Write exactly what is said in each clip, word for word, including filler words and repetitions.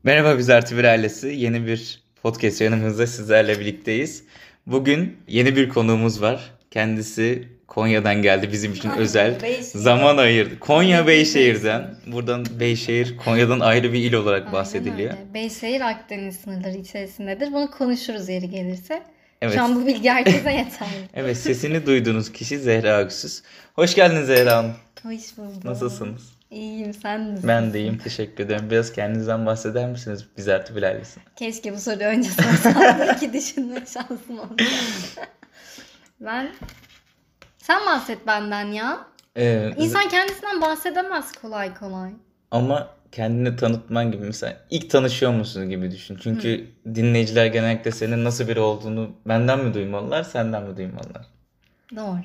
Merhaba biz Artı Bir ailesi. Yeni bir podcast yayınımızda sizlerle birlikteyiz. Bugün yeni bir konuğumuz var. Kendisi Konya'dan geldi, bizim için Aynen, özel Beyşehir. zaman ayırdı. Konya Beyşehir. Beyşehir'den. Buradan Beyşehir Konya'dan ayrı bir il olarak Aynen bahsediliyor. öyle. Beyşehir Akdeniz sınırları içerisindedir. Bunu konuşuruz yeri gelirse. Evet. Şu an bu bilgi herkese yeterli. Evet, sesini duyduğunuz kişi Zehra Öksüz. Hoş geldiniz Zehra Hanım. Hoş bulduk. Nasılsınız? İyiyim, sen nasılsın? Ben de iyiyim, teşekkür ederim. Biraz kendinizden bahseder misiniz biz Artı Bir ailesi? Keşke bu soruyu önce sorsaydım ki düşünme şansım oldu. Ben... Sen bahset benden ya. Ee, İnsan kendisinden bahsedemez kolay kolay. Ama kendini tanıtman gibi, mesela ilk tanışıyor musun gibi düşün. Çünkü Hı. dinleyiciler genellikle senin nasıl biri olduğunu benden mi duymalılar, senden mi duymalılar? Doğru.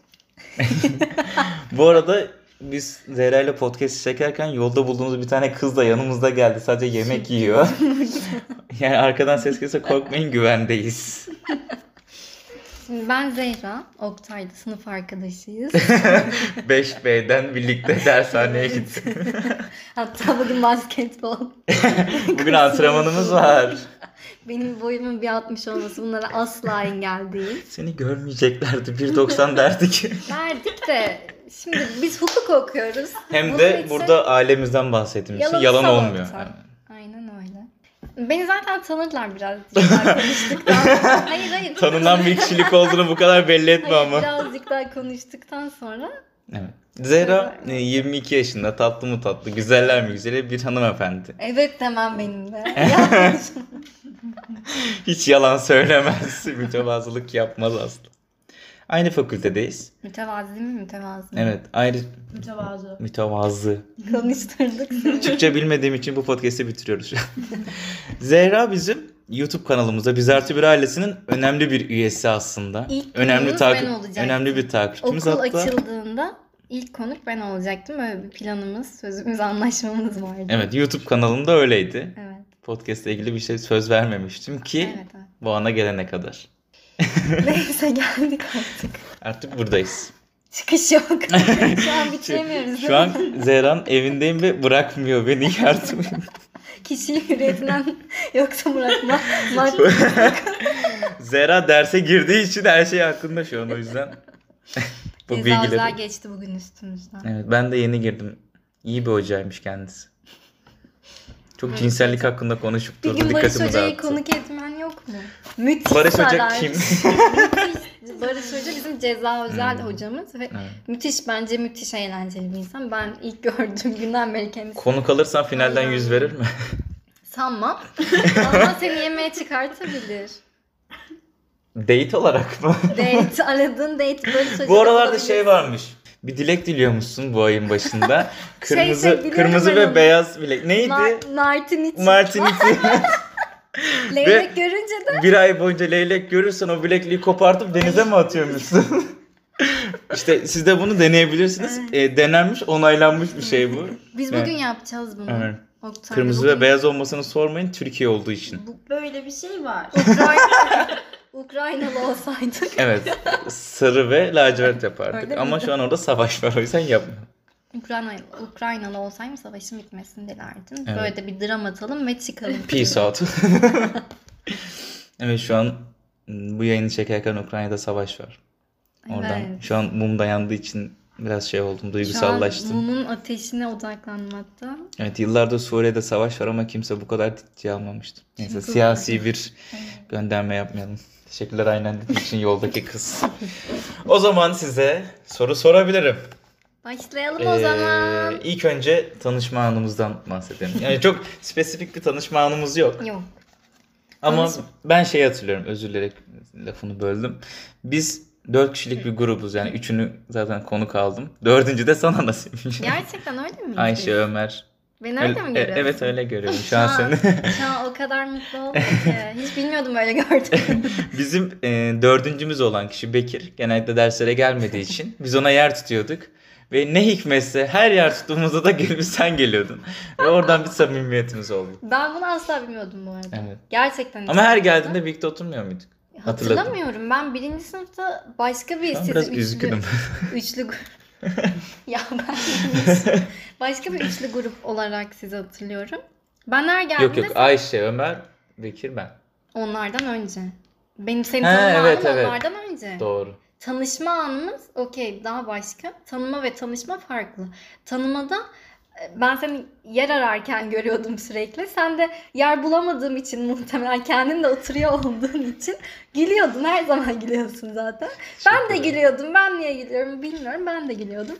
Bu arada biz Zehra ile podcast çekerken yolda bulduğumuz bir tane kız da yanımızda geldi. Sadece yemek yiyor. Yani arkadan ses gelse korkmayın, güvendeyiz. Şimdi ben Zehra, Oktay'da sınıf arkadaşıyız. beş B'den birlikte dershaneye gittik. Hatta bugün basketbol. Bugün antrenmanımız var. Benim boyumun bir altmış olması bunlara asla engel değil. Seni görmeyeceklerdi, bir doksan derdik. Verdik de şimdi biz hukuk okuyoruz. Hem Bunun de için burada ailemizden bahsettiğimiz için yalanı yalan savunsa. olmuyor. Yani. Aynen öyle. Beni zaten tanırlar birazcık daha konuştuktan. Hayır hayır. Tanınan bir kişilik olduğunu bu kadar belli etme Hayır, ama. birazcık daha konuştuktan sonra. Evet. Zehra yirmi iki yaşında, tatlı mı tatlı, güzeller mi güzeli bir hanımefendi. Evet demem benim de. Yanlış. Hiç yalan söylemez, mütevazılık yapmaz aslında. Aynı fakültedeyiz. Mütevazi mi mütevazi mi? Evet, ayrı Mütevazı. mütevazı. Konuşturduk seni. Türkçe bilmediğim için bu podcast'i bitiriyoruz şu an. Zehra bizim YouTube kanalımızda Biz Artı Bir ailesinin önemli bir üyesi aslında. İlk önemli konumuz takip ben olacaktım. önemli bir takipçimiz Okul hatta. açıldığında ilk konuk ben olacaktım. Böyle bir planımız, sözümüz, anlaşmamız vardı. Evet, YouTube kanalında öyleydi. Evet. Podcast'la ilgili bir şey söz vermemiştim ki Evet, evet. bu ana gelene kadar. Neyse geldik artık. Artık buradayız. Çıkış yok. Şu an bitiremiyoruz. Şu an Zehra'nın evindeyim ve bırakmıyor beni yardım. Kişiyi hürriyetinden yoksa bırakma. Zehra derse girdiği için her şey hakkında şu an, o yüzden. Bu Cezalar bilgileri. geçti bugün üstümüzden. Evet, ben de yeni girdim. İyi bir hocaymış kendisi. Çok Evet, cinsellik hocam. hakkında konuşup Bir durdu, gün Barış dikkatimi Hoca'yı dağıttı. konuk etmen yok mu? Müthiş Barış Hoca sarar. kim? Müthiş. Barış Hoca bizim ceza özel Hmm. hocamız ve Evet. müthiş, bence müthiş eğlenceli bir insan. Ben ilk gördüğüm günden beri kendisi. Konuk alırsan finalden Aynen. yüz verir mi? Sanmam. Ama seni yemeğe çıkartabilir. Date olarak mı? Date, aradığın date Barış Hoca'da Bu aralarda olabilir. şey varmış. Bir dilek diliyormuşsun bu ayın başında. Kırmızı şey, biliyorum kırmızı ben ve onu. beyaz bilek. Neydi? Mar- Martin için. Martiniti. Leylek görünce de Bir ay boyunca leylek görürsen o bilekliği kopartıp denize mi atıyormuşsun? İşte siz de bunu deneyebilirsiniz. E, denenmiş, onaylanmış bir şey bu. biz Evet. bugün yapacağız bunu. Evet. Oktay, Kırmızı bugün ve beyaz olmasını sormayın, Türkiye olduğu için. bu, böyle bir şey var. Ukrayna, Ukraynalı olsaydık. Evet. Sarı ve lacivert yapardık. Öyle Ama miydi? şu an orada savaş var, o yüzden yapma. Ukrayna, Ukraynalı olsaydım savaşın bitmesini dilerdim. Evet. Böyle de bir dram atalım ve çıkalım. Peace out. Evet, şu an bu yayını çekerken Ukrayna'da savaş var. Oradan Evet. şu an mum da yandığı için biraz şey oldum, duygusallaştım. Şu an mumun ateşine odaklanmakta. Evet, yıllardır Suriye'de savaş var ama kimse bu kadar ciddiye almamıştı. Neyse, Çünkü- siyasi bir gönderme yapmayalım. Teşekkürler aynen dediğin için yoldaki kız. O zaman size soru sorabilirim. Başlayalım o zaman. Ee, ilk önce tanışma anımızdan bahsedelim. Yani çok spesifik bir tanışma anımız yok. Yok. Ama Tanış- ben şeyi hatırlıyorum, özür dilerim lafını böldüm. Biz dört kişilik bir grubuz, yani üçünü zaten konuk aldım. Dördüncü de sana nasipmiş. Gerçekten öyle mi? Ayşe, Ömer. Beni öyle mi Öyle- görüyorsun? Evet, öyle görüyorum şu an seni. Şu an o kadar mutlu oldum ki. Hiç bilmiyordum böyle gördüm. Bizim e, dördüncümüz olan kişi Bekir. Genellikle derslere gelmediği için biz ona yer tutuyorduk. Ve ne hikmetse her yer tuttuğumuzda da gelip sen geliyordun. Ve oradan bir samimiyetimiz oldu. Ben bunu asla bilmiyordum bu arada. Evet. Gerçekten. hiç Ama her bilmiyordum. geldiğinde birlikte oturmuyor muyduk? Hatırladım. Hatırlamıyorum. Ben birinci sınıfta başka bir Şu an sizi biraz üçlü, üzgünüm. üçlü gru- ya ben başka bir üçlü grup olarak sizi hatırlıyorum. Ben ergenliğimde Yok yok, Ayşe, Ömer, Bekir, ben. onlardan önce. Benim seni He, tanıma evet, anım evet. onlardan önce. Doğru. Tanışma anımız okey daha başka. Tanıma ve tanışma farklı. Tanımada e, ben seni yer ararken görüyordum sürekli. Sen de yer bulamadığım için muhtemelen kendin de oturuyor olduğun için gülüyordun. Her zaman gülüyorsun zaten. Ben de Teşekkür ederim. gülüyordum. Ben niye gülüyorum bilmiyorum. Ben de gülüyordum.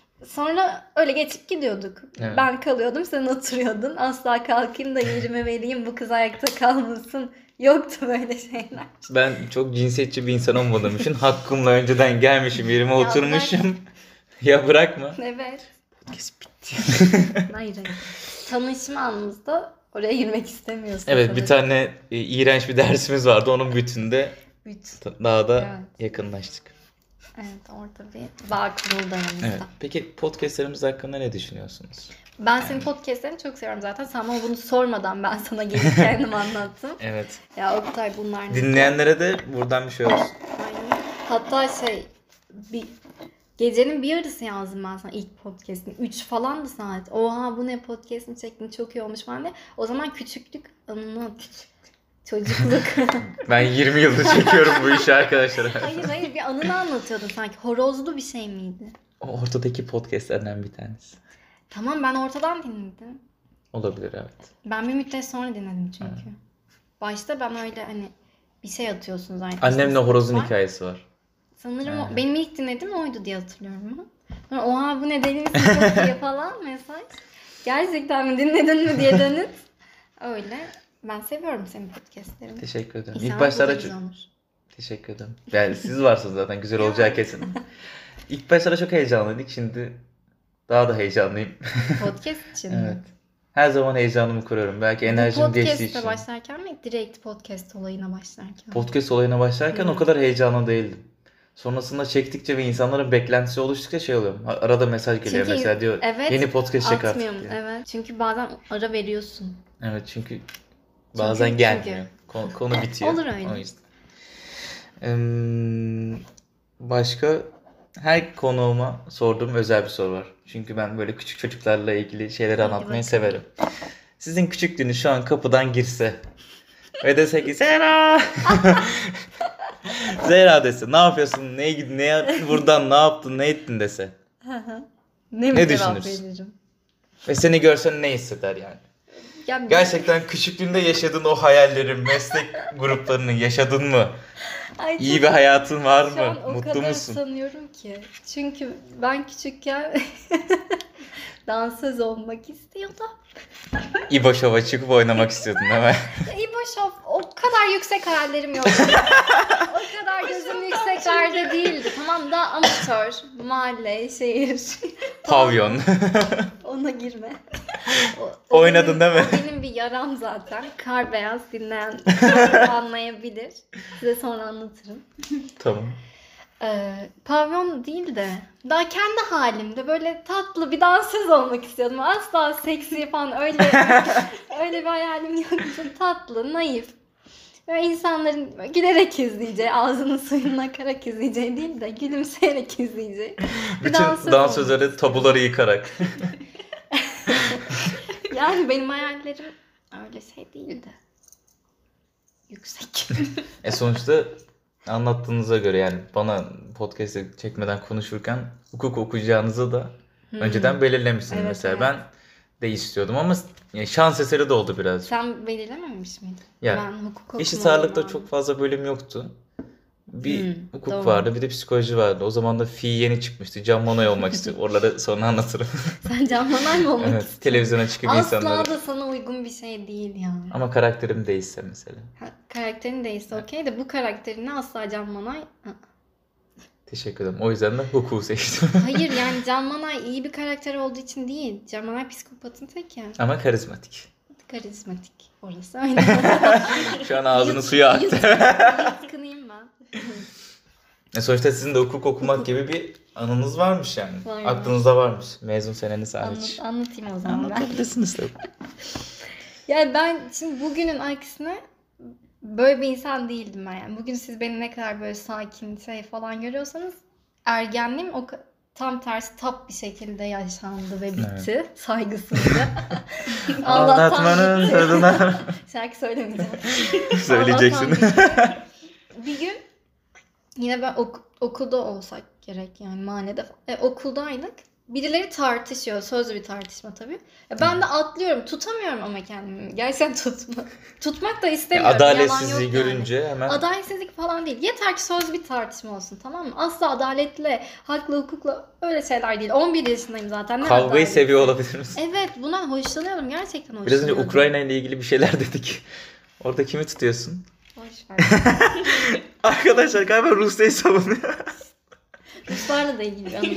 Sonra öyle geçip gidiyorduk. Evet. Ben kalıyordum, sen oturuyordun. Asla kalkayım da yerime vereyim, bu kız ayakta kalmasın. Yoktu böyle şeyler. Ben çok cinsiyetçi bir insan olmadığım için hakkımla önceden gelmişim, yerime Ya oturmuşum. Ya bırakma. Evet. Podcast bitti. Hayır hayır. Tanışma anımızda oraya girmek istemiyorsun. Evet, sanırım. bir tane e, iğrenç bir dersimiz vardı. Onun bütünde Üç. ta- daha da Evet. yakınlaştık. Evet, orada bir bağ kuruldu aramızda. Evet. Peki podcastlerimiz hakkında ne düşünüyorsunuz? Ben senin podcastlerini çok seviyorum zaten. Sen bana bunu sormadan ben sana gelip kendim anlattım. Evet. Ya Oktay bunlar ne? Dinleyenlere de buradan bir şey olsun. Aynen. Hatta şey bir gecenin bir yarısı yazdım ben sana ilk podcast'ini. üç falandı saat. Oha bu ne podcast'ini çektin çok iyi olmuş falan diye. O zaman küçüklük anını küçük çocukluk. Ben yirmi yıldır çekiyorum bu işi arkadaşlar. Hayır hayır bir anını anlatıyordun sanki. Horozlu bir şey miydi? O ortadaki podcastlerden bir tanesi. Tamam ben ortadan dinledim. Olabilir, evet. Ben bir müddet sonra dinledim çünkü. Başta ben öyle hani bir şey atıyorsun zaten. Annemle horozun Var. hikayesi var. Sanırım o, Aynen. benim ilk dinlediğim oydu diye hatırlıyorum ama. Sonra oha bu ne deli misin çok iyi falan mesaj. Gerçekten mi dinledin mi diye dönüt. Öyle. Ben seviyorum senin podcastlerini. Teşekkür ederim. İnşallah İlk başlarda bu da çok... güzel olur. Teşekkür ederim. Yani siz varsınız zaten, güzel olacağı kesin. İlk başlarda çok heyecanlıydık. Şimdi daha da heyecanlıyım. Podcast için Evet. mi? Her zaman heyecanımı kuruyorum. Belki Bu enerjim geçtiği podcast'e için. başlarken mi? Direkt podcast olayına başlarken. Podcast olayına başlarken Hı. o kadar heyecanlı değildim. Sonrasında çektikçe ve insanların beklentisi oluştukça şey oluyorum. Arada mesaj geliyor Çünkü- mesela, diyor evet, yeni podcast çek artık Atmıyorum. diyor. Evet. Çünkü bazen ara veriyorsun. Evet, çünkü bazen Çünkü- gelmiyor. Konu, konu bitiyor. Olur öyle. O yüzden. Eee, başka her konuğuma sorduğum özel bir soru var. Çünkü ben böyle küçük çocuklarla ilgili şeyleri Hadi anlatmayı bakalım. severim. Sizin küçüklüğünüz şu an kapıdan girse ve dese ki Zehra! Zehra dese ne yapıyorsun? Ne, ne buradan ne yaptın? Ne ettin dese. Ne, Ne mi cevap düşünürsün? veririm? Ve seni görsen ne hisseder yani? Ya, Gerçekten küçüklüğünde yaşadığın o hayallerin, meslek gruplarını yaşadın mı? Ay, İyi çok- bir hayatın var Şu an mı? o Mutlu kadar musun? sanıyorum ki. Çünkü ben küçükken dansöz olmak istiyordum. İbo Show'a çıkıp oynamak istiyordun değil mi? İbo Show o kadar yüksek hayallerim yok. O kadar gözüm yükseklerde değildi. Tamam da amatör, mahalle, şehir. Pavyon. Ona girme. O- Oynadın benim- değil mi? O benim bir yaram zaten. Kar beyaz dinleyen anlayabilir. Size sonra anlatırım. Tamam. Ee, pavyon değil de daha kendi halimde böyle tatlı bir dansöz olmak istiyordum. Asla seksi falan öyle öyle bir hayalim yoktu. Tatlı, naif. Böyle insanların böyle gülerek izleyeceği, ağzının suyunu akarak izleyeceği değil de gülümseyerek izleyeceği. bir Bütün dansöz dansözleri olmak tabuları yıkarak. Yani benim hayallerim öyle şey değildi. Yüksek. E sonuçta anlattığınıza göre, yani bana podcast'ı çekmeden konuşurken hukuk okuyacağınızı da önceden belirlemişsiniz Evet, mesela. evet. Ben de istiyordum ama ya şans eseri de oldu biraz. Sen belirlememiş miydin? Ya, ben hukuk Eşit okumadım ağırlıkta abi. çok fazla bölüm yoktu. Bir Hmm, hukuk doğru. vardı, bir de psikoloji vardı. O zaman da fi yeni çıkmıştı. Can Monoy olmak istiyorum. Oraları sonra anlatırım. Sen Can Manay mı olmak Evet, istiyorsun? televizyona çıkıp Asla insanlara. da sana uygun bir şey değil ya. Ama karakterim değişse mesela. Ha, karakterin değilse okey de bu karakterini asla Can Manay... Aa. Teşekkür ederim. O yüzden de hukuku seçtim. Hayır yani Can Manay iyi bir karakter olduğu için değil. Can Manay psikopatın teki. Ama karizmatik. Karizmatik. Orası öyle. Şu an ağzının suyu aktı. Yatkınıyım ben. E sonuçta sizin de hukuk okumak gibi bir anınız varmış yani. Var, Aklınızda varmış. Mezun seneniz hariç. Anlat, anlatayım o zaman ben. Anlatabilirsiniz tabii. Yani ben şimdi bugünün aksine böyle bir insan değildim ben yani. Bugün siz beni ne kadar böyle sakin şey falan görüyorsanız ergenliğim o ka- tam tersi tap bir şekilde yaşandı ve bitti. Evet. Saygısızca. Anlatmanın tadına. Şarkı söylemeyeceğim. Söyleyeceksin. Bir gün yine ben ok- okulda olsak gerek yani mahallede. E, okuldaydık. Birileri tartışıyor. Sözlü bir tartışma tabii. E, ben de atlıyorum. Tutamıyorum ama kendimi. Gerçekten tutma. Tutmak da istemiyorum. Adaletsizliği görünce yani. hemen. Adaletsizlik falan değil. Yeter ki sözlü bir tartışma olsun, tamam mı? Asla adaletle, haklı, hukukla öyle şeyler değil. on bir yaşındayım zaten. Ne Kavgayı adalet? seviyor olabilir misin? Evet, bundan hoşlanıyorum. Gerçekten hoşlanıyorum. Biraz önce Ukrayna ile ilgili bir şeyler dedik. Orada kimi tutuyorsun? Boş ver. Arkadaşlar galiba Rusya'yı savunuyor. Ruslarla da ilgili bir anım.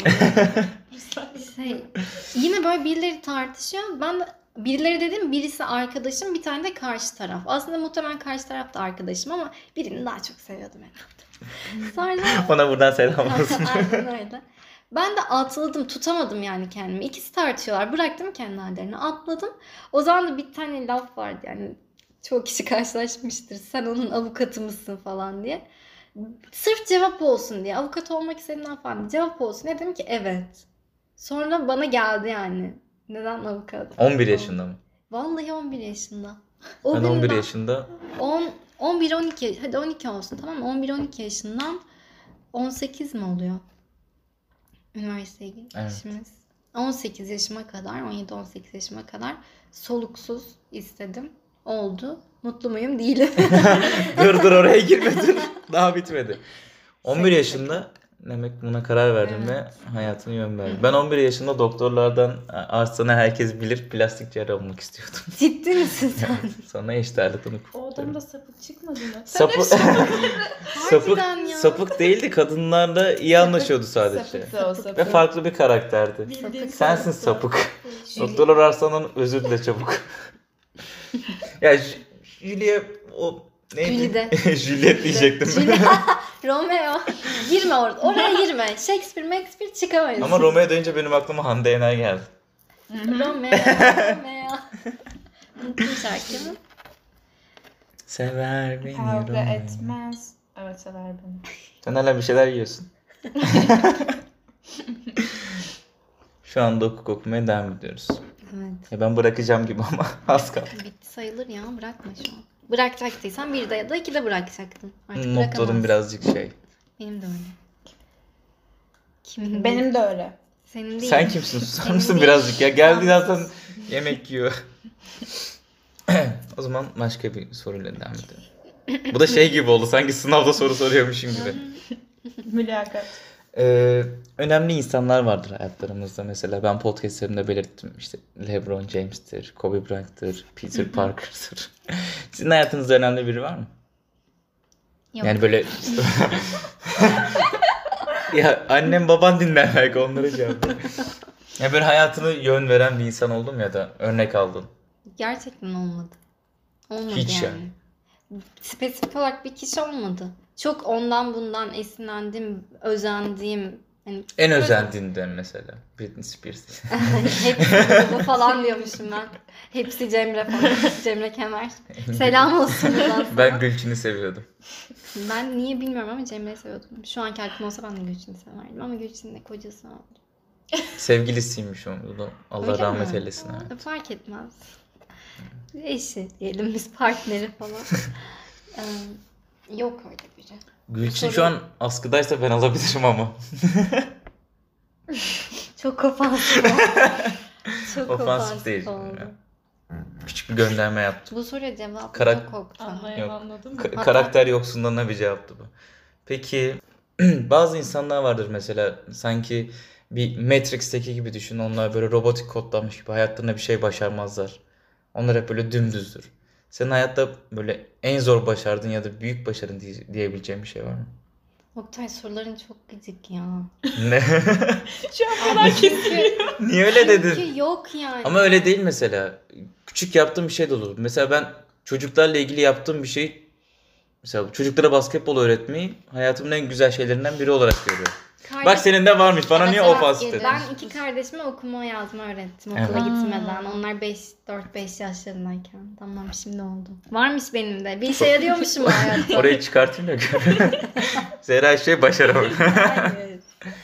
şey, yine böyle birileri tartışıyor. Ben de birileri dedim, birisi arkadaşım, bir tane de karşı taraf. Aslında muhtemelen karşı taraf da arkadaşım ama birini daha çok seviyordum herhalde. Sonra Ona buradan selam olsun. aynen öyle. Ben de atladım, tutamadım yani kendimi. İkisi tartışıyorlar. Bıraktım kendi hallerine. Atladım. O zaman da bir tane laf vardı yani. Çoğu kişi karşılaşmıştır. Sen onun avukatı mısın falan diye. Sırf cevap olsun diye. Avukat olmak istediğimden falan cevap olsun diye dedim ki evet. Sonra bana geldi yani. Neden avukat? on bir yaşında mı? Vallahi on bir yaşında. O Ben on bir günden yaşında. on, on bir on iki, hadi on iki olsun, tamam mı? on bir on iki yaşından on sekiz mi oluyor? Üniversiteye girişimiz. Evet. on sekiz yaşıma kadar, on yedi on sekiz yaşıma kadar soluksuz istedim. Oldu. Mutlu muyum? Değilim. dur dur oraya girme dur. Daha bitmedi. on bir yaşında demek buna karar verdim evet. Ve hayatını yön verdim. Ben on bir yaşında doktorlardan arsana herkes bilir plastik cerrah olmak istiyordum. Ciddi misin sen? Sonra eşit ağırlıktan hukuk. O adamda sapık çıkmadı mı? Sapık, sapık, sapık değildi. Kadınlarla iyi anlaşıyordu sadece. Sapıksa o sapık. Ve farklı bir karakterdi. Bildiğin Sensin sapık. Doktorlar arsanın özür dile çabuk. Ya Julia o neydi? Juliet diyecektim. Romeo. Girme orada. Oraya girme. Shakespeare, Shakespeare çıkamayız. Ama Romeo deyince benim aklıma Hande Yener geldi. Romeo, Romeo. Unuttum şarkımı. Sever beni Kavga Romeo. etmez. Evet sever beni. Sen hala bir şeyler yiyorsun. Şu anda hukuk okumaya devam ediyoruz. Evet. Ya ben bırakacağım gibi ama az kaldı. Bitti sayılır ya, bırakma şu an. Bırakacaktıysan bir de ya da iki de bırakacaktın. Artık Notladım birazcık şey. Benim de öyle. Kimin Benim değil? de öyle. Senin değil. Sen kimsin? Susar mısın birazcık ya? Geldi zaten yemek yiyor. O zaman başka bir soruyla devam edelim. Bu da şey gibi oldu. Sanki sınavda soru soruyormuşum gibi. Mülakat. Ee, önemli insanlar vardır hayatlarımızda. Mesela ben podcastlerimde belirttim. İşte LeBron James'tir, Kobe Bryant'tır, Peter Parker'dır. Sizin hayatınızda önemli biri var mı? Yok. Yani böyle... ya annem baban dinler belki onlara cevap ver. Ya böyle hayatını yön veren bir insan oldum ya da örnek aldın. Gerçekten olmadı. Olmadı Hiç yani. yani. Spesifik olarak bir kişi olmadı. Çok ondan bundan esinlendim, özendiğim. Hani en özendiğinden mesela. Britney Spears. Hepsi bu falan diyormuşum ben. Hepsi Cemre falan. Cemre Kemer. Selam olsun buradan sana. Ben Gülçin'i seviyordum. Ben niye bilmiyorum ama Cemre'yi seviyordum. Şu anki aklım olsa ben de Gülçin'i severdim. Ama Gülçin'le kocası oldu. Sevgilisiymiş o. Allah Öyle rahmet mi? eylesin. Evet. Fark etmez. Eşi diyelim biz, partneri falan. ee, yok öyle biri. Gülçin Sorun. şu an askıdaysa ben alabilirim ama. Çok ofansif oldu. Çok Ofansif ofansif değil. oldu. Küçük bir gönderme yaptım. Bu soruya cevap Kara- yok Oktay. Anlayan Yok. anladın mı? Ka- karakter yoksunluğuna bir cevaptı bu. Peki bazı insanlar vardır mesela sanki bir Matrix'teki gibi düşün. Onlar böyle robotik kodlanmış gibi hayatlarında bir şey başarmazlar. Onlar hep böyle dümdüzdür. Senin hayatta böyle en zor başardığın ya da büyük başarın diye- diyebileceğin bir şey var mı? Oktay soruların çok gıcık ya. Ne? Şu an kadar Çünkü, Niye öyle dedin? çünkü yok yani. Ama öyle değil mesela. Küçük yaptığım bir şey de olur. Mesela ben çocuklarla ilgili yaptığım bir şey, mesela çocuklara basketbol öğretmeyi hayatımın en güzel şeylerinden biri olarak görüyorum. Kardeş- Bak senin de varmış. Bana niye Evet, ofansif evet. dedin? Ben iki kardeşime okuma yazma öğrettim okula Evet. gitmeden. Onlar beş dört beş yaşlarındayken. Tamam, şimdi oldu. Varmış benim de. Bir işe yarıyormuşum hayatta. Orayı çıkartayım da gör. Zehra şey başaramadı. Hayır. İki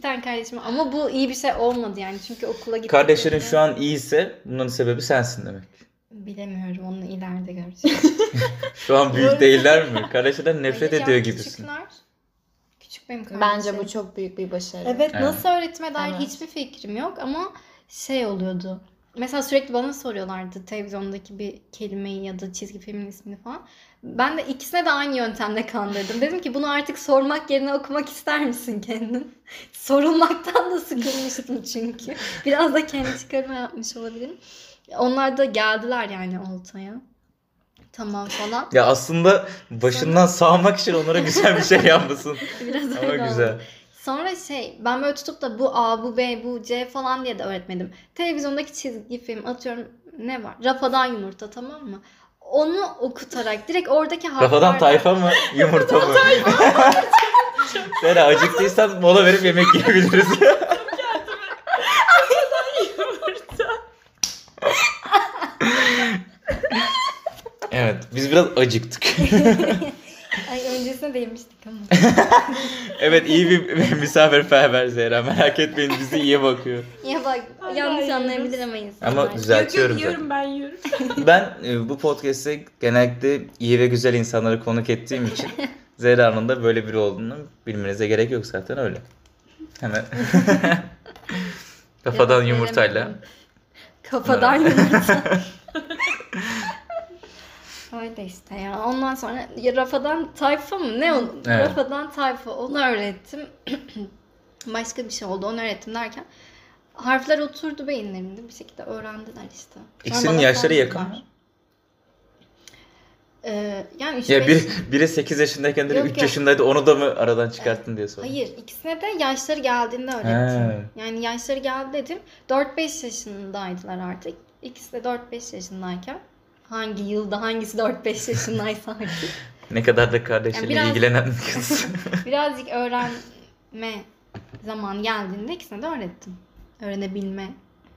tane kardeşim ama bu iyi bir şey olmadı yani çünkü okula gittik. Kardeşlerin şu an iyiyse bunların sebebi sensin demek. Bilemiyorum, onu ileride göreceğiz. Şu an büyük değiller mi? Kardeşlerden nefret Hayır, ediyor yani gibisin. Küçükler. Küçük benim kardeşim. Bence bu çok büyük bir başarı. Evet, Evet. nasıl öğretime dair Evet. hiçbir fikrim yok ama şey oluyordu. Mesela sürekli bana soruyorlardı televizyondaki bir kelimeyi ya da çizgi filmin ismini falan. Ben de ikisine de aynı yöntemle kandırdım. Dedim ki bunu artık sormak yerine okumak ister misin kendin? Sorulmaktan da sıkılmıştım çünkü. Biraz da kendi çıkarma yapmış olabilirim. Onlar da geldiler yani oltaya. Tamam falan. Ya aslında başından sağmak için onlara güzel bir şey yapmasın. Biraz Ama öyle güzel. oldu. Sonra şey ben böyle tutup da bu A, bu B, bu C falan diye de öğretmedim. Televizyondaki çizgi film atıyorum ne var? Rafadan Yumurta, tamam mı? Onu okutarak direkt oradaki harflerle. Rafadan tayfa mı? Yumurta mı? Sera acıktıysan mola verip yemek yiyebiliriz. Evet, biz biraz acıktık. Ay öncesine de yemiştik ama. Evet, iyi bir misafirperver Zehra. Merak etmeyin, bizi iyi bakıyor. Ya bak Hala yanlış yiyoruz. anlayabilir ama insanlar. Ama düzeltiyorum Yok, yok, zaten. yiyorum ben yiyorum. Ben e, bu podcast'te genellikle iyi ve güzel insanları konuk ettiğim için Zehra'nın da böyle biri olduğunu bilmenize gerek yok zaten öyle. Hemen. Kafadan Yanıt yumurtayla. veremedim. Kafadan yumurta. Öyle işte ya. Ondan sonra ya Rafadan tayfa mı? Ne o? Evet. Rafadan tayfa. Onu öğrettim. Başka bir şey oldu. Onu öğrettim derken harfler oturdu beyinlerimde. Bir şekilde öğrendiler işte. Sonra İkisinin bana yaşları sordular. yakın mı? Ee, yani üç Ya beş... bir, biri sekiz yaşındayken Yok, üç yok. yaşındaydı, onu da mı aradan çıkarttın diye sordum. Hayır, ikisine de yaşları geldiğinde öğrettim. He. Yani yaşları geldi dedim. dört beş yaşındaydılar artık. İkisi de dört beş yaşındayken. Hangi yılda hangisi dört beş yaşındaysa artık. Ne kadar da kardeşleriyle Yani biraz- ilgilenen kız. Birazcık öğrenme zaman geldiğinde ikisine de öğrettim. Öğrenebilme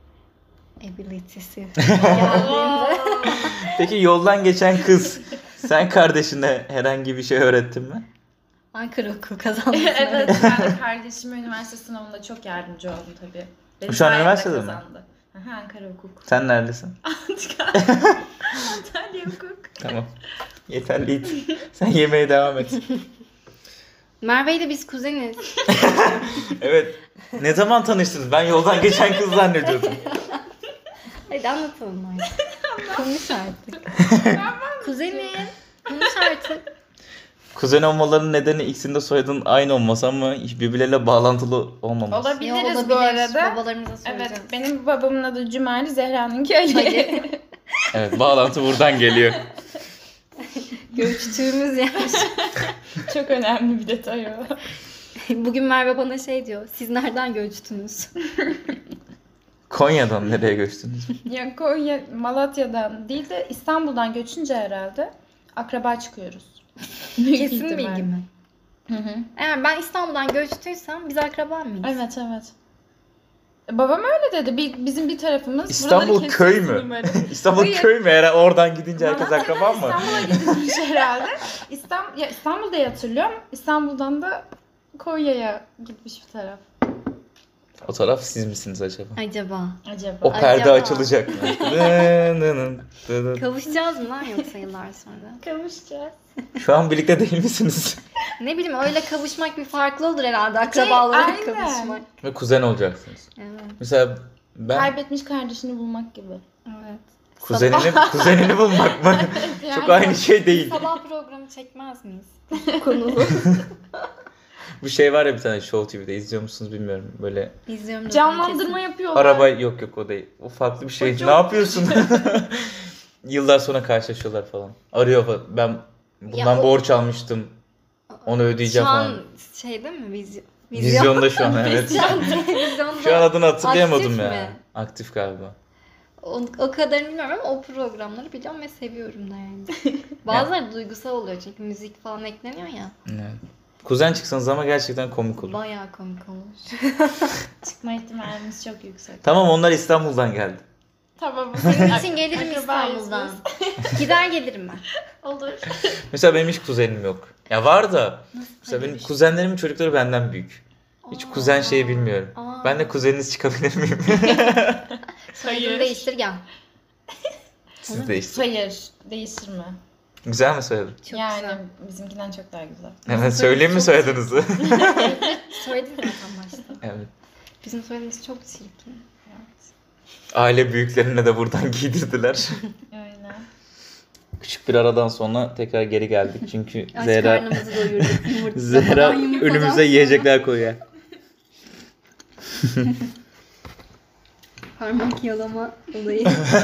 ability'si geldiğinde. Peki yoldan geçen kız, sen kardeşine herhangi bir şey öğrettin mi? Ankara Okulu kazandım. Evet, ben de kardeşime üniversite sınavında çok yardımcı oldum tabii. Benim Şu an sayemde üniversitede mi? kazandı. Aha, Ankara Hukuk. Sen neredesin? Antalya Hukuk. Tamam. Yeterliydi. Sen yemeğe devam et. Merve ile biz kuzeniz. Evet. Ne zaman tanıştınız? Ben yoldan geçen kız zannediyordum. Hadi anlatalım artık. Konuş artık. Kuzenim. Konuş artık. Kuzen olmalarının nedeni ikisinin de soyadının aynı olması ama birbirleriyle bağlantılı olmaması. Olabiliriz Ya, olabilir. bu arada. Babalarımıza soracağız. Evet, benim babamın adı Cumali, Zehra'nınki Ali. Ali. Evet, bağlantı buradan geliyor. Göçtüğümüz yer. Çok önemli bir detay o. Bugün Merve bana şey diyor. Siz nereden göçtünüz? Konya'dan nereye göçtünüz? Ya Konya, Malatya'dan değil de İstanbul'dan göçünce herhalde akraba çıkıyoruz. Büyük Kesin ihtimal. bilgi mi? Hı hı. Eğer ben İstanbul'dan göçtüysem biz akraba mıyız? Evet, evet. Babam öyle dedi. Bir, bizim bir tarafımız. İstanbul buraları köy kesiyorsun mü? umarım. İstanbul Hayır. köy mü? Herhalde oradan gidince herkes Malatya'dan akraba mı? İstanbul'a gidilmiş herhalde. İstanbul, ya İstanbul'da hatırlıyorum. İstanbul'dan da Konya'ya gitmiş bir taraf. O taraf siz misiniz acaba? Acaba. Acaba. O perde Acaba. açılacak mı? Dın dın dın. Kavuşacağız mı lan yoksa yıllar sonra? Kavuşacağız. Şu an birlikte değil misiniz? Ne bileyim öyle kavuşmak bir farklı olur herhalde. Akraba olarak aynen. kavuşmak. Ve kuzen olacaksınız. Evet. Mesela ben Kaybetmiş kardeşini bulmak gibi. Evet. kuzenini kuzenini bulmak mı? Çok aynı şey değil. Sabah programı çekmez miyiz? Konulu. Bu şey var ya bir tane Show T V'de izliyor musunuz bilmiyorum. Böyle İzliyorum. da Canlandırma kesin. yapıyorlar. araba yok yok o değil. O farklı bir şey. O çok- Ne yapıyorsun? Yıllar sonra karşılaşıyorlar falan. Arıyor falan. Ben bundan Ya o- borç almıştım. Onu ödeyeceğim Şu an falan. şeyde mi? Vizyon. Vizyonda şu an evet. Vizyon, televizyonda. Şu an adını hatırlayamadım Aktif ya. mi? Aktif galiba. O, o kadarını bilmiyorum ama o programları biliyorum ve seviyorum da yani. Bazıları duygusal oluyor çünkü müzik falan ekleniyor ya. Evet. Kuzen çıksanız ama gerçekten komik olur. Bayağı komik olur. Çıkma ihtimalimiz çok yüksek. Tamam onlar İstanbul'dan geldi. Tamam. Senin için gelirim Akrabayız İstanbul'dan. Gider gelirim ben. Olur. Mesela benim hiç kuzenim yok. Ya var da. Mesela Hadi benim bir şey. kuzenlerimin çocukları benden büyük. Hiç Aa. kuzen şeyi bilmiyorum. Aa. Ben de kuzeniniz çıkabilir miyim? Soyadını Hayır. değiştir gel. Siz de işte. Hayır. Değişir mi? Güzel mi soyadın? Çok yani güzel. bizimkinden çok daha güzel. Hemen söyleyeyim mi çok- soyadınızı? Söyledin zaten başta. Evet. Bizim soyadımız çok çirkin. Evet. Aile büyüklerine de buradan giydirdiler. Öyle. Küçük bir aradan sonra tekrar geri geldik. Çünkü Aç Zehra karnımızı doyurduk. Yumurta Zehra falan, yumurtadan önümüze sonra yiyecekler koyuyor. Parmak yalama olayı.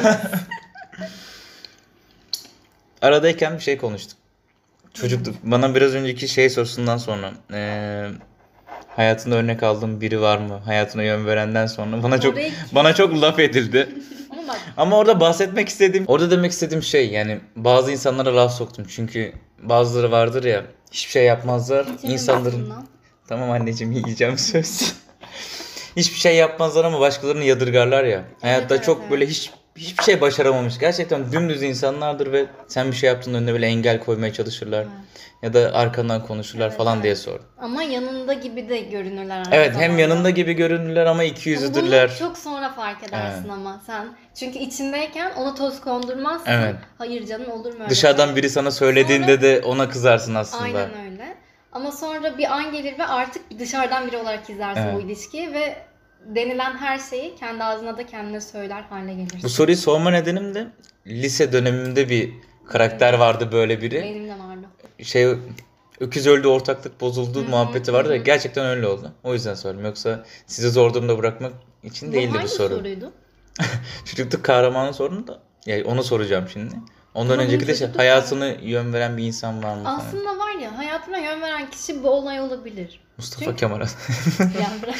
Aradayken bir şey konuştuk. Çocukluk bana biraz önceki şey sorusundan sonra eee hayatında örnek aldığın biri var mı? Hayatına yön verenden sonra bana çok Orayı- bana çok laf edildi. Ama bak Ama orada bahsetmek istediğim, orada demek istediğim şey yani bazı insanlara laf soktum. Çünkü bazıları vardır ya hiçbir şey yapmazlar. içimin İnsanların basından. tamam anneciğim yiyeceğim söz. Hiçbir şey yapmazlar ama başkalarını yadırgarlar ya. Hayatta evet, çok evet. böyle hiç hiçbir şey başaramamış. Gerçekten dümdüz insanlardır ve sen bir şey yaptığında önüne böyle engel koymaya çalışırlar. Evet. Ya da arkandan konuşurlar Evet, falan evet. diye sordum. Ama yanında gibi de görünürler aynı Evet hem zamanda. yanında gibi görünürler ama iki Ama yüzlüdürler. bunu çok sonra fark edersin Evet. ama sen. Çünkü içindeyken ona toz kondurmazsın. Evet. Hayır canım olur mu öyle Dışarıdan şey? biri sana söylediğinde Sonra- de ona kızarsın aslında. Aynen öyle. Ama sonra bir an gelir ve artık dışarıdan biri olarak izlersin Evet. bu ilişkiyi ve denilen her şeyi kendi ağzına da kendine söyler hale gelirsin. Bu soruyu sorma nedenim de lise dönemimde bir karakter vardı böyle biri. Benim de vardı. Şey öküz öldü ortaklık bozuldu Hı hı, muhabbeti vardı ya hı. gerçekten öyle oldu. O yüzden sordum. Yoksa sizi zor durumda bırakmak için değildi bu hangi soru. soruydu? Çocukluk kahramanı sorunu da yani onu soracağım şimdi. Ondan Ama önceki bunun de şey, çocukluk- hayatını yön veren bir insan var mı falan. Aslında var ya hayatına yön veren kişi bu olay olabilir. Mustafa çünkü- Kemal. Ya bırak.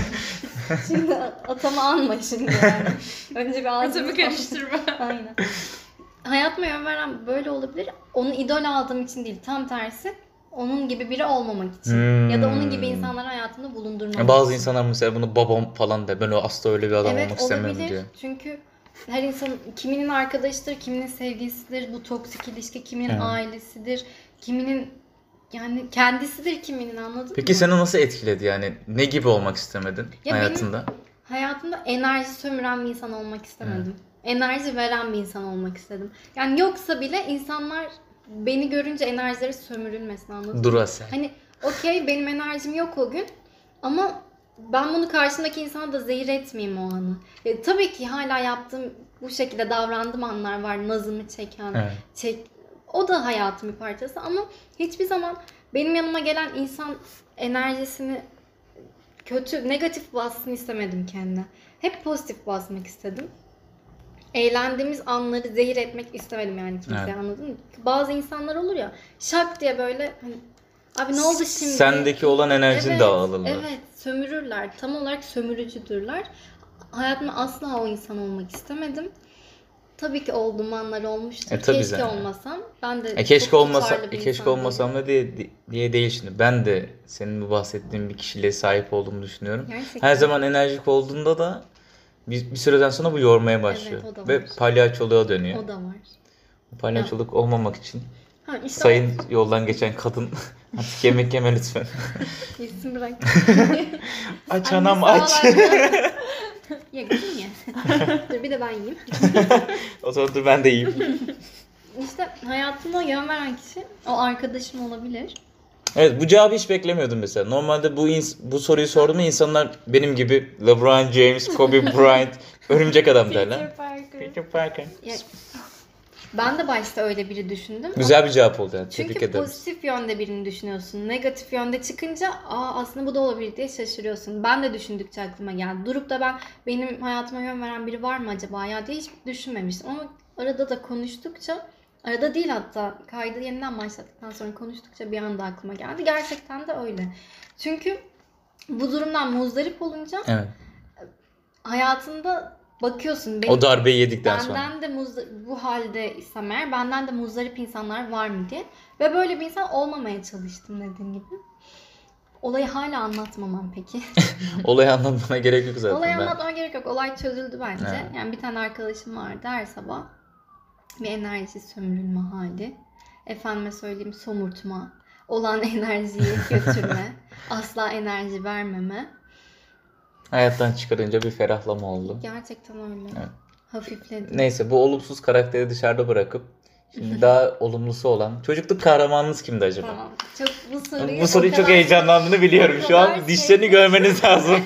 Şimdi atamı anma şimdi yani. Önce bir ağzını Tabii karıştırma. Aynen. Hayatıma yön veren böyle olabilir. Onu idol aldığım için değil. Tam tersi. Onun gibi biri olmamak için. Hmm. Ya da onun gibi insanları hayatımda bulundurmamak Bazı için. insanlar mesela bunu babam falan der. Ben o asla öyle bir adam Evet olmak istemem olabilir. diyor. Çünkü her insan kiminin arkadaşıdır, kiminin sevgilisidir, bu toksik ilişki, kiminin Evet. ailesidir, kiminin yani kendisidir kiminin anladın Peki mı? seni nasıl etkiledi yani? Ne gibi olmak istemedin Ya hayatında? Hayatımda enerji sömüren bir insan olmak istemedim. Enerji veren bir insan olmak istedim. Yani yoksa bile insanlar beni görünce enerjileri sömürülmesin anladın mı? Duracell. Hani okey benim enerjim yok o gün ama ben bunu karşımdaki insana da zehir etmeyeyim o anı. E, tabii ki hala yaptığım bu şekilde davrandığım anlar var. Nazımı çeken, Evet. çek. O da hayatın bir parçası ama hiçbir zaman benim yanıma gelen insan enerjisini kötü, negatif bassın istemedim kendine. Hep pozitif basmak istedim. Eğlendiğimiz anları zehir etmek istemedim yani kimseye Evet. anladın mı? Bazı insanlar olur ya şak diye böyle hani abi ne oldu şimdi? Sendeki olan enerjini Evet, de alırlar. Evet, sömürürler. Tam olarak sömürücüdürler. Hayatımda asla o insan olmak istemedim. Tabii ki olduğum anlar olmuştur. E, tabii keşke zaten. olmasam. Ben de E, keşke çok olmasa tutarlı bir e, keşke insan olmasam değilim. da diye, diye değil şimdi. Ben de senin bu bahsettiğin bir kişiliğe sahip olduğumu düşünüyorum. Gerçekten. Her zaman enerjik olduğunda da bir, bir süreden sonra bu yormaya başlıyor. Evet, o da Ve var. palyaçoluğa dönüyor. O da var. Palyaçoluk olmamak için Ha, işte sayın yoldan geçen kadın artık yemek yeme lütfen. o isim bırak. Aç Anne anam aç. sağlar. Ya gidin ye. Dur bir de ben yiyeyim. O zaman dur ben de yiyeyim. İşte hayatımda yön veren kişi o arkadaşım olabilir. Evet bu cevabı hiç beklemiyordum mesela. Normalde bu ins- bu soruyu sorduğumda insanlar benim gibi LeBron James, Kobe Bryant, örümcek adam derler. Parker. Peter Parker. Ya, ben de başta öyle biri düşündüm. Güzel bir cevap oldu yani. Tebrik Çünkü ederim. pozitif yönde birini düşünüyorsun. Negatif yönde çıkınca aa aslında bu da olabilir diye şaşırıyorsun. Ben de düşündükçe aklıma geldi. Durup da ben benim hayatıma yön veren biri var mı acaba ya diye hiç düşünmemiştim. Ama arada da konuştukça, arada değil hatta kaydı yeniden başlattıktan sonra konuştukça bir anda aklıma geldi. Gerçekten de öyle. Çünkü bu durumdan muzdarip olunca Evet. hayatında bakıyorsun. Benim, O darbeyi yedikten sonra. Benden de muzda- bu halde isem eğer benden de muzdarip insanlar var mı diye. Ve böyle bir insan olmamaya çalıştım dediğim gibi. Olayı hala anlatmamam peki. Olayı anlatmana gerek yok zaten. Olayı Ben- anlatmama gerek yok. Olay çözüldü bence. Evet. Yani bir tane arkadaşım vardı her sabah. Bir enerji sömürülme hali. Efendime söyleyeyim somurtma. Olan enerjiyi götürme. Asla enerji vermeme. Hayattan çıkarınca bir ferahlama oldu. Gerçekten öyle. Evet. Hafifledim. Neyse bu olumsuz karakteri dışarıda bırakıp şimdi daha olumlusu olan çocukluk kahramanınız kimdi acaba? Tamam. Çok bu soruyu Bu soruyu o çok kadar- heyecanlandığını biliyorum. o Şu an kadar dişlerini sevdim. görmeniz lazım.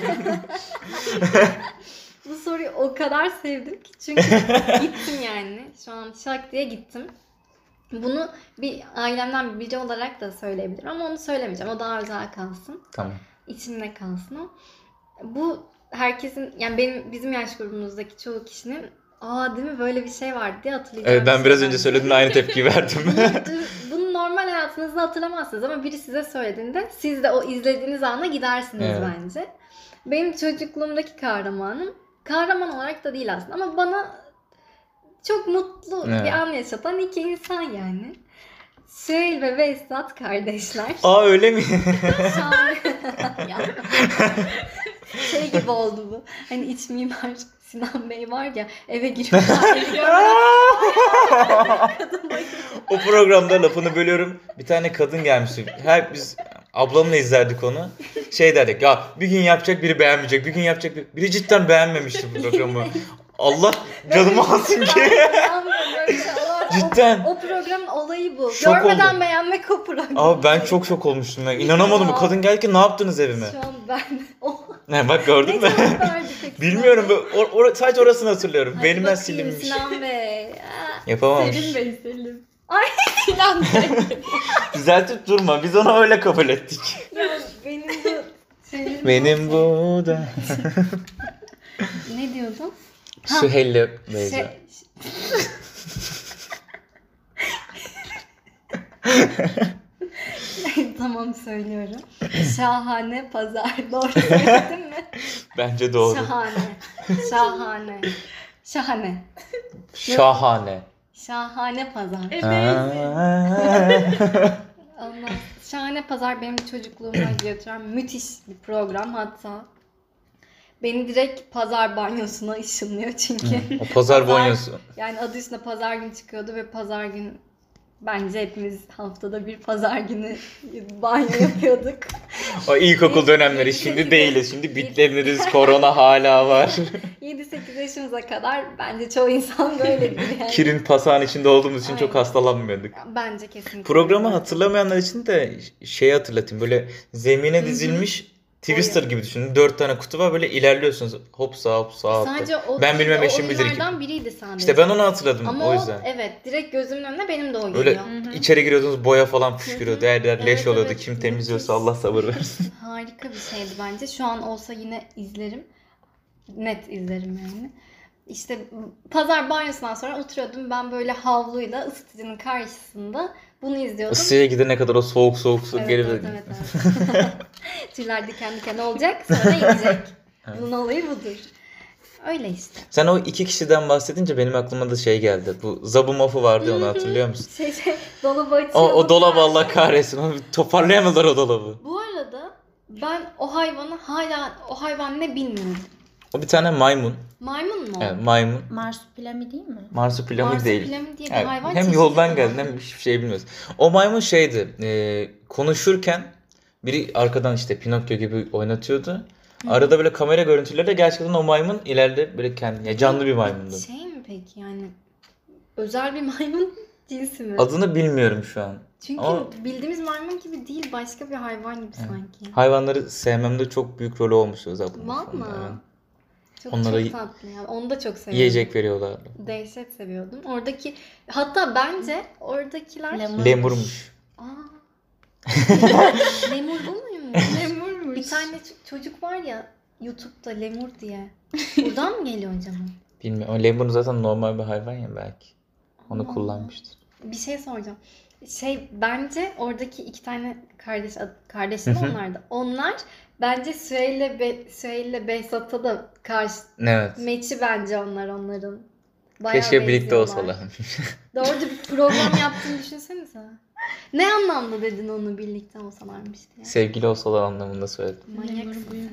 Bu soruyu o kadar sevdim ki çünkü gittim yani. Şu an şak diye gittim. Bunu bir ailemden biri olarak da söyleyebilirim ama onu söylemeyeceğim. O daha özel kalsın. Tamam. İçimde kalsın o. Bu herkesin yani benim bizim yaş grubumuzdaki çoğu kişinin aa değil mi böyle bir şey vardı diye hatırlayacağım. Evet, ben bir biraz şey önce bence. söylediğimde aynı tepki verdim. Bunu, bunu normal hayatınızda hatırlamazsınız ama biri size söylediğinde siz de o izlediğiniz anda gidersiniz Evet. bence. Benim çocukluğumdaki kahramanım kahraman olarak da değil aslında ama bana çok mutlu Evet. bir an yaşatan iki insan yani. Süheyl ve Behzat kardeşler. Aa öyle mi? Şahane. Ya. Şey gibi oldu bu. Hani iç mimar Sinan Bey var ya eve giriyor. Evi görmeden kadın bayılıyor. O programda lafını bölüyorum. Bir tane kadın gelmişti. Her biz ablamla izlerdik onu. Şey derdik ya bir gün yapacak biri beğenmeyecek. Bir gün yapacak biri. Biri cidden beğenmemişti bu programı. Allah canımı alsın ki. Ben böyle bir şey olamaz. Cidden. O, o programın olayı bu. Şok Görmeden oldum. beğenmek o program. Abi ben çok şok olmuştum. Ben. İnanamadım. Bu kadın geldi ne yaptınız evime? Şu an ben... O... Ne bak gördün Ne mü? cevap verdi peki? Bilmiyorum. Sinan bu- or- or- sadece orasını hatırlıyorum. Bey? Benimden Hadi bakayım silinmiş. Sinan Bey. Aa, Yapamamış. Selim Bey Selim. Ay Sinan Bey. Düzeltip durma. Biz onu öyle kabul ettik. Ya benim bu... Selim Benim bu da. Ne diyordun? Süheyl'le Beyza. Şey... Tamam söylüyorum. Şahane pazar. Doğru söyledim mi? Bence doğru. Şahane. Şahane. Şahane. Şahane. Şahane pazar. Aa. Allah. Şahane pazar benim çocukluğuma götüren müthiş bir program hatta. Beni direkt pazar banyosuna ışınlıyor çünkü. O pazar banyosu. Yani adı üstünde pazar günü çıkıyordu ve pazar günü bence hepimiz haftada bir pazar günü banyo yapıyorduk. O ilkokul dönemleri şimdi değiliz. Şimdi bitleniriz. Korona hala var. yedi sekiz yaşımıza kadar bence çoğu insan böyledir yani. Kirin pasağın içinde olduğumuz için çok Aynen. hastalanmıyorduk. Bence kesinlikle. Programı hatırlamayanlar için de şeyi hatırlatayım. Böyle zemine dizilmiş Twister gibi düşünün. Dört tane kutu var böyle ilerliyorsunuz. Hop sağ hop sağ hop. Sadece o Ben bilmem o eşim bilir gibi. oyunlardan biriydi sadece. İşte ben onu hatırladım Ama o yüzden. evet direkt gözümün önüne benim de o Öyle geliyor. içeri giriyordunuz boya falan fışkırıyordu. Her yer leş Evet, oluyordu. evet. Kim temizliyorsa Allah sabır versin. Harika bir şeydi bence. Şu an olsa yine izlerim. Net izlerim yani. İşte pazar banyosundan sonra oturuyordum ben böyle havluyla ısıtıcının karşısında bunu izliyordum. Isıya gidene kadar o soğuk soğuk su Evet, geri evet, evet, evet, evet. Tüyler diken diken olacak sonra inecek. Bunun olayı budur. Öyle işte. Sen o iki kişiden bahsedince benim aklıma da şey geldi. Bu Zabu Mafu vardı ya, onu hatırlıyor musun? Şey şey dolabı O, açıyordum. o dolabı Allah kahretsin. Onu toparlayamadılar o dolabı. Bu arada ben o hayvanı hala o hayvan ne bilmiyorum. O bir tane maymun. Maymun mu? Evet, maymun. Marsupilami değil mi? Marsupilami değil. Marsupilami diye bir Evet, hayvan hem çeşidi yoldan var. geldin hem hiçbir şey bilmiyoruz. O maymun şeydi. E, konuşurken biri arkadan işte Pinokyo gibi oynatıyordu. Arada böyle kamera görüntüleri de gerçekten o maymun ileride böyle kendi ya canlı bir maymundu. Şey mi peki yani özel bir maymun cinsi mi? Adını bilmiyorum şu an. Çünkü Ama- bildiğimiz maymun gibi değil başka bir hayvan gibi sanki. Hayvanları sevmemde çok büyük rolü olmuştu zaten. Valla. Evet. Çok, Onlara çok tatlı ya. Onu da çok seviyorum. Yiyecek veriyorlardı. Dehşet seviyordum. Oradaki hatta bence oradakiler Lemur. Lemurmuş. Aa. Lemur bu muymuş? Lemurmuş. Bir tane ç- çocuk var ya YouTube'da Lemur diye. Buradan mı geliyor acaba? Bilmiyorum. O lemur zaten normal bir hayvan ya belki. Onu Allah. kullanmıştır. Bir şey soracağım. Şey bence oradaki iki tane kardeş kardeşim onlar da. Onlar bence Süheyl'le Be Süheyl'le Behzat'a da karşı Evet. meçi bence onlar onların. Bayağı Keşke birlikte benziyorlar. olsalar. Doğru bir program yaptığını düşünsenize. Ne anlamda dedin onu birlikte olsalarmış diye. Sevgili olsalar anlamında söyledim. Manyaksın.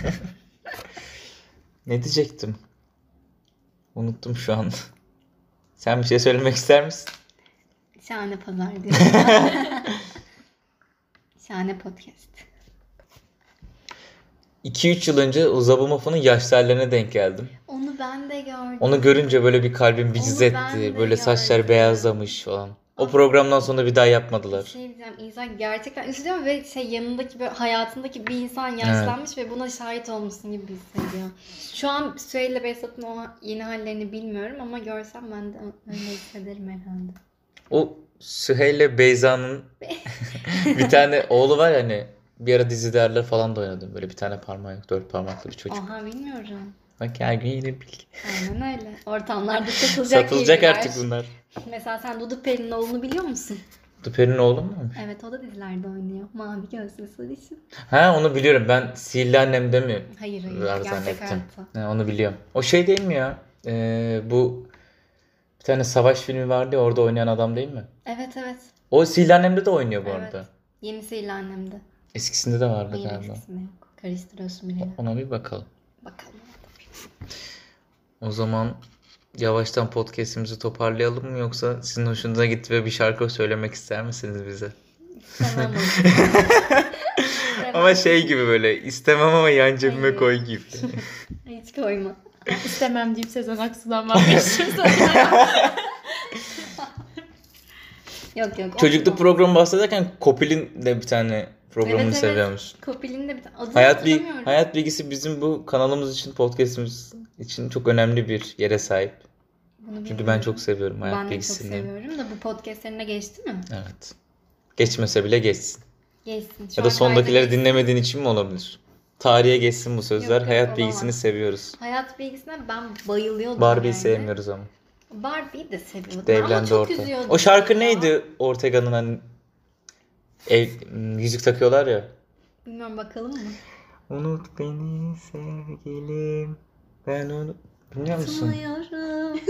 Ne diyecektim? Unuttum şu an. Sen bir şey söylemek ister misin? Şahane pazar diyor. Şahane podcast. iki üç yıl önce Uzabumofa'nın yaşlı hallerine denk geldim. Onu ben de gördüm. Onu görünce böyle bir kalbim bir Onu cız ben etti. de Böyle saçlar gördüm. beyazlamış falan. O Ama- programdan sonra bir daha Bir yapmadılar. şey diyeceğim, insan gerçekten üzülüyor ve şey yanındaki böyle hayatındaki bir insan yaşlanmış ve buna şahit olmuşsun gibi hissediyor. Şu an Süheyl Behzat'ın o yeni hallerini bilmiyorum ama görsem ben de öyle hissederim herhalde. O Süheyl Beyza'nın bir tane oğlu var ya hani bir ara dizilerle falan da oynadım. Böyle bir tane parmağı yok. Dört parmaklı bir çocuk. Aha bilmiyorum. Bak her gün yeni bilgi. Aynen öyle. Ortamlarda satılacak Satılacak bilgiler. artık bunlar. Mesela sen Dudu Peri'nin oğlunu biliyor musun? Duper'in oğlu mu? Evet o da dizilerde oynuyor. Mavi gözlü sarışın. Ha onu biliyorum. Ben Sihirli Annem'de mi Hayır hayır. var Gerçek zannettim. hayatta. Ha, onu biliyorum. O şey değil mi ya? Ee, bu bir tane savaş filmi vardı ya orada oynayan adam değil mi? Evet evet. O Sihirli Annem'de de oynuyor bu Evet. arada. Yenisiyle annemde. Eskisinde de vardı Hayır galiba. eskisinde yok. Karıştırıyorsun biriyle. Ona bir bakalım. Bakalım. O zaman yavaştan podcast'imizi toparlayalım mı yoksa sizin hoşunuza gitti ve bir şarkı söylemek ister misiniz bize? Tamam. Ama şey gibi böyle istemem ama yan cebime Hayır. koy gibi. Hiç koyma. İstemem deyip Sezen Aksu'dan vazgeçtim. Yok yok. Çocukluk olmaz. programı bahsederken Kopil'in de bir tane programını Evet, evet. seviyormuş. Kopil'in de bir tane. Adını Hayat, bilgi, hatırlamıyorum. hayat bilgisi bizim bu kanalımız için, podcast'imiz için çok önemli bir yere sahip. Bunu Çünkü bilmiyorum. ben çok seviyorum hayat Ben de çok bilgisini. seviyorum da bu podcastlerine geçti mi? Evet. Geçmese bile geçsin. Geçsin. Şu Ya da an sondakileri kayda dinlemediğin için mi olabilir? Tarihe geçsin bu sözler. Yok, yok, hayat olamaz. bilgisini seviyoruz. geçsin. Hayat bilgisine ben bayılıyordum. Barbie'yi yani. sevmiyoruz ama. Barbie'yi de seviyordum De ama evlendi çok orta. üzüyordum. O şarkı ya. neydi? Ortega'nın hani ev, yüzük takıyorlar ya. Bilmiyorum bakalım mı? Unut beni sevgilim. Ben onu... Biliyor musun? Tanıyorum.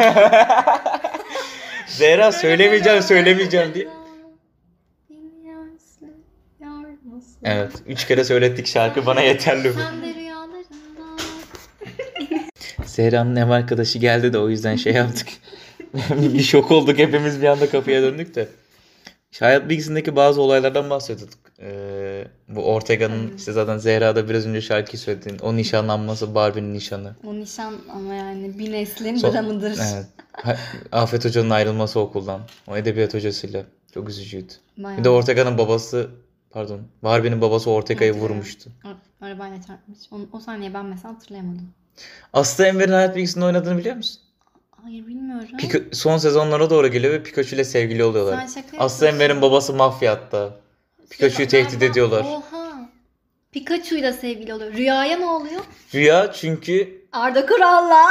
Zehra söylemeyeceğim söylemeyeceğim diye. Beni özlüyor musun? Evet. Üç kere söylettik şarkı bana yeterli bu. Sen de rüyalarında. Zehra'nın ev arkadaşı geldi de o yüzden şey yaptık. Bir şok olduk hepimiz bir anda kapıya döndük de. Hayat bilgisindeki bazı olaylardan bahsediyorduk. Ee, bu Ortega'nın işte zaten Zehra'da biraz önce şarkıyı söylediğin o nişanlanması Barbie'nin nişanı. O nişan ama yani bir neslin Son- dramıdır. Evet. Ha- Afet Hoca'nın ayrılması okuldan. O edebiyat hocasıyla. Çok üzücüydü. Bayağı. Bir de Ortega'nın babası pardon Barbie'nin babası Ortega'yı Hatırlıyorum. vurmuştu. A- Arabayla çarpmış. O, o saniye ben mesela hatırlayamadım. Aslı Enver'in hayat bilgisinde oynadığını biliyor musun? Hayır bilmiyorum. Pika- son sezonlara doğru geliyor ve Pikachu ile sevgili oluyorlar. Sen şaka Aslı yapıyorsun. Enver'in babası mafya hatta. Pikachu'yu Ben- tehdit ben- ediyorlar. Oha. Pikachu'yla sevgili oluyor. Rüyaya ne oluyor? Rüya çünkü Arda Kural'la.